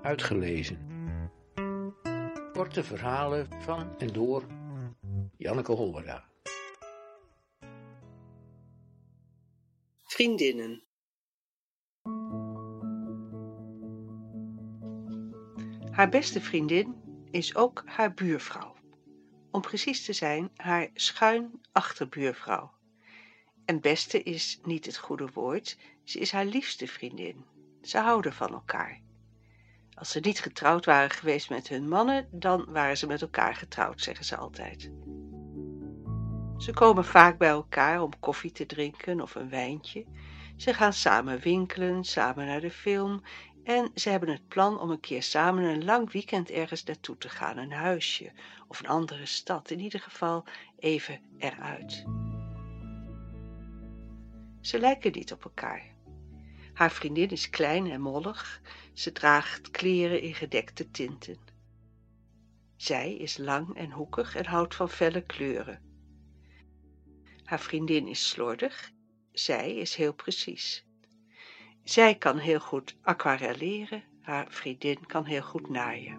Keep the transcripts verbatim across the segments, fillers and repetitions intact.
Uitgelezen. Korte verhalen van en door Janneke Hollera. Vriendinnen. Haar beste vriendin is ook haar buurvrouw. Om precies te zijn, haar schuin achterbuurvrouw. En beste is niet het goede woord, ze is haar liefste vriendin. Ze houden van elkaar. Als ze niet getrouwd waren geweest met hun mannen, dan waren ze met elkaar getrouwd, zeggen ze altijd. Ze komen vaak bij elkaar om koffie te drinken of een wijntje. Ze gaan samen winkelen, samen naar de film en ze hebben het plan om een keer samen een lang weekend ergens naartoe te gaan, een huisje of een andere stad, in ieder geval even eruit. Ze lijken niet op elkaar. Haar vriendin is klein en mollig, ze draagt kleren in gedekte tinten. Zij is lang en hoekig en houdt van felle kleuren. Haar vriendin is slordig, zij is heel precies. Zij kan heel goed aquarelleren, haar vriendin kan heel goed naaien.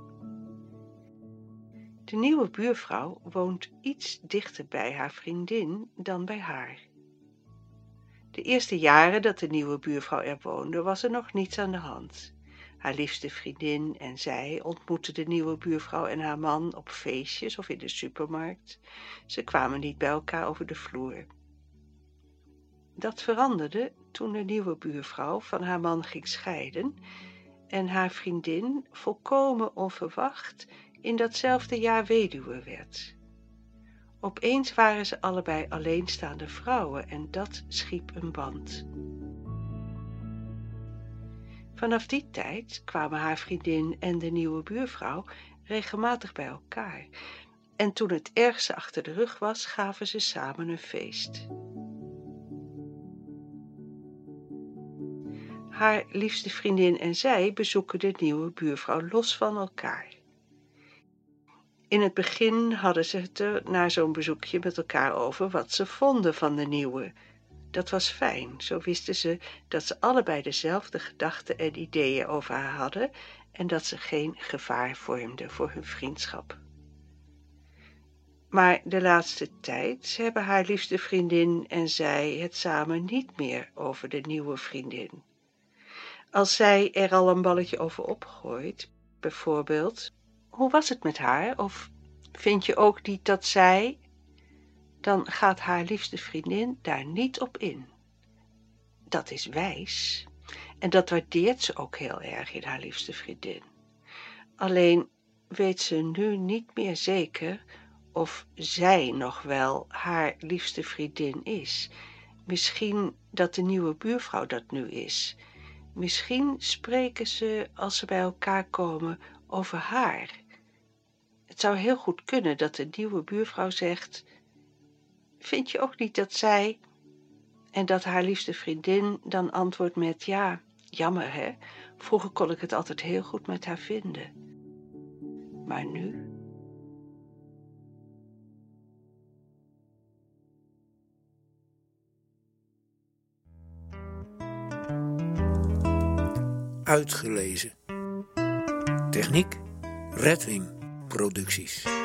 De nieuwe buurvrouw woont iets dichter bij haar vriendin dan bij haar. De eerste jaren dat de nieuwe buurvrouw er woonde, was er nog niets aan de hand. Haar liefste vriendin en zij ontmoetten de nieuwe buurvrouw en haar man op feestjes of in de supermarkt. Ze kwamen niet bij elkaar over de vloer. Dat veranderde toen de nieuwe buurvrouw van haar man ging scheiden en haar vriendin volkomen onverwacht in datzelfde jaar weduwe werd. Opeens waren ze allebei alleenstaande vrouwen en dat schiep een band. Vanaf die tijd kwamen haar vriendin en de nieuwe buurvrouw regelmatig bij elkaar en toen het ergste achter de rug was, gaven ze samen een feest. Haar liefste vriendin en zij bezoeken de nieuwe buurvrouw los van elkaar. In het begin hadden ze het er na zo'n bezoekje met elkaar over wat ze vonden van de nieuwe. Dat was fijn, zo wisten ze dat ze allebei dezelfde gedachten en ideeën over haar hadden en dat ze geen gevaar vormde voor hun vriendschap. Maar de laatste tijd hebben haar liefste vriendin en zij het samen niet meer over de nieuwe vriendin. Als zij er al een balletje over opgooit, bijvoorbeeld, hoe was het met haar? Of vind je ook niet dat zij? Dan gaat haar liefste vriendin daar niet op in. Dat is wijs en dat waardeert ze ook heel erg in haar liefste vriendin. Alleen weet ze nu niet meer zeker of zij nog wel haar liefste vriendin is. Misschien dat de nieuwe buurvrouw dat nu is. Misschien spreken ze, als ze bij elkaar komen, over haar. Het zou heel goed kunnen dat de nieuwe buurvrouw zegt: vind je ook niet dat zij? En dat haar liefste vriendin dan antwoordt met: ja, jammer hè, vroeger kon ik het altijd heel goed met haar vinden. Maar nu? Uitgelezen. Techniek Redwing Producties.